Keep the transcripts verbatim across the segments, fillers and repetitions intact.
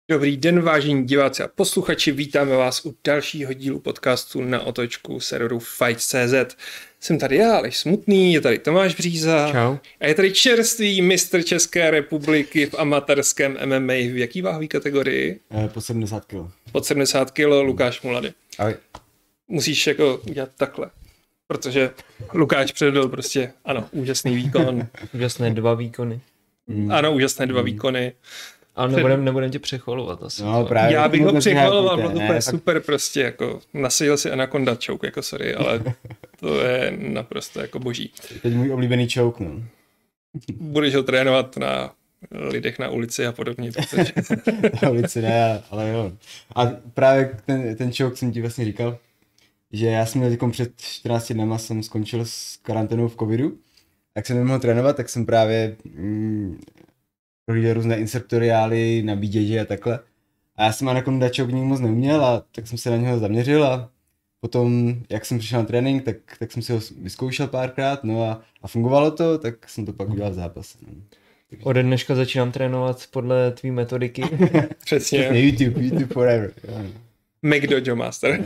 Dobrý den, vážení diváci a posluchači, vítáme vás u dalšího dílu podcastu Na otočku serveru Fight tečka cé zet. Jsem tady já, Aleš Smutný, je tady Tomáš Bříza. Čau. A je tady čerstvý mistr České republiky v amatérském M M A. V jaký váhové kategorii? Eh, pod sedmdesát kilo. Pod sedmdesát kilo, Lukáš Mulady. Ahoj. Musíš jako udělat takhle, protože Lukáš předvedl prostě, ano, úžasný výkon. Úžasné dva výkony. Mm. Ano, úžasné dva výkony. Ale nebudem, nebudem tě přechvalovat asi. No, právě. Já bych ho přechvaloval, bylo to ne, úplně tak... super prostě, jako nasadil si Anaconda choke, jako sorry, ale to je naprosto jako boží. Teď můj oblíbený choke, no. Budeš ho trénovat na lidech na ulici a podobně. Protože... na ulici ne, ale jo. A právě ten, ten choke jsem ti vlastně říkal, že já jsem měl teď před čtrnácti dnama jsem skončil s karanténou v covidu, jak jsem nemohl trénovat, tak jsem právě mm, prohlídal různé instruktoriály na bé jé jé a takhle. A já jsem Anaconda choke nikdy moc neuměl, a tak jsem se na něho zaměřil a potom, jak jsem přišel na trénink, tak, tak jsem si ho vyzkoušel párkrát, no a, a fungovalo to, tak jsem to pak udělal v zápase. No. Ode dneška začínám trénovat podle tvý metodiky. Přesně. YouTube, YouTube forever. McDojo Master.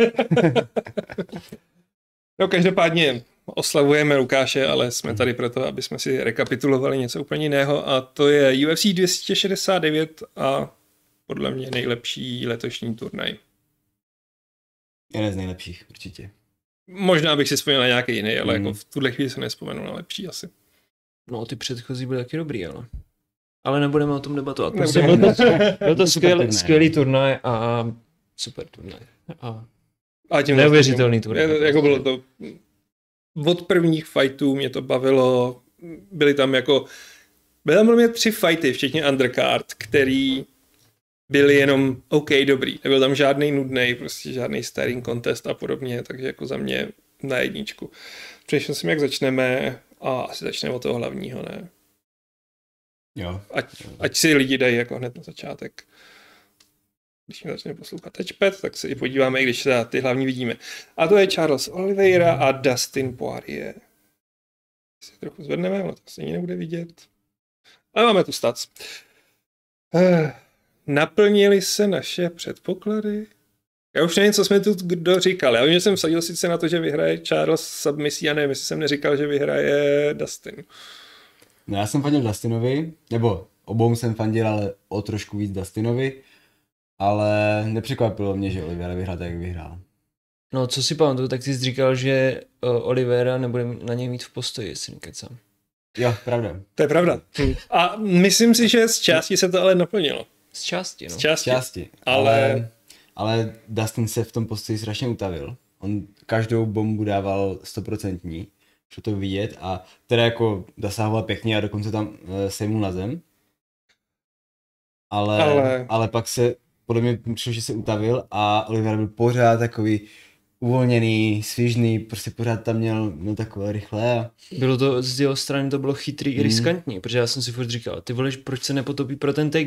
No každopádně oslavujeme Lukáše, ale jsme tady proto, aby jsme si rekapitulovali něco úplně jiného, a to je U F C dvě stě šedesát devět a podle mě nejlepší letošní turnaj. Jeden z nejlepších, určitě. Možná bych si vzpomněl na nějaký jiný, ale Mm. jako v tuhle chvíli se nespomenu na lepší asi. No, ty předchozí byly taky dobrý, ale... Ale nebudeme o tom debatovat. Nebudeme. Prostě byl to, byl to Super skvělý, turnaj. skvělý turnaj a super turnaj. A A tím neuvěřitelný vlastně, turnaj. jako bylo to od prvních fightů mě to bavilo, byly tam jako byly tam mě tři fighty, včetně undercard, který byly jenom OK, dobrý. Nebyl tam žádný nudný, prostě žádný staring contest a podobně, takže jako za mě na jedničku. Přemýšlel jsem, jak začneme, a asi začneme od toho hlavního, ne? Jo. Ať, ať si lidi dají jako hned na začátek. Když mi začne poslouchat touchpad, tak se i podíváme, i když teda ty hlavní vidíme. A to je Charles Oliveira a Dustin Poirier. Si trochu zvedneme, ale to se ani nebude vidět. Ale máme tu stats. Eh, naplnili se naše předpoklady? Já už nevím, co jsme tu kdo říkal. Já vím, že jsem vsadil sice na to, že vyhraje Charles submisí, a nevím, jestli jsem neříkal, že vyhraje Dustin. No, já jsem fandil Dustinovi, nebo obou jsem fandil, ale o trošku víc Dustinovi, ale nepřekvapilo mě, že Oliveira vyhrál tak, jak vyhrál. No, co si pamatuju, tak ty jsi říkal, že uh, Oliveira nebude na něj mít v postoji, jestli nekecám. Jo, pravda. To je pravda. A myslím si, že z části se to ale naplnilo. Z části, no. Z části. Části. Ale- Ale, ale Dustin se v tom postoji strašně utavil. On každou bombu dával stoprocentní, šlo to vidět, a teda jako dosahoval pěkně a dokonce tam e, sejmul na zem. Ale, Ale- ale... ale pak se, podle mě přišlo, že se utavil, a Oliver byl pořád takový uvolněný, svižný, prostě pořád tam měl, měl takové rychlé. A... Bylo to, z jeho strany to bylo chytrý i Mm. riskantní, protože já jsem si furt říkal, ty voleš, proč se nepotopí pro ten takedown?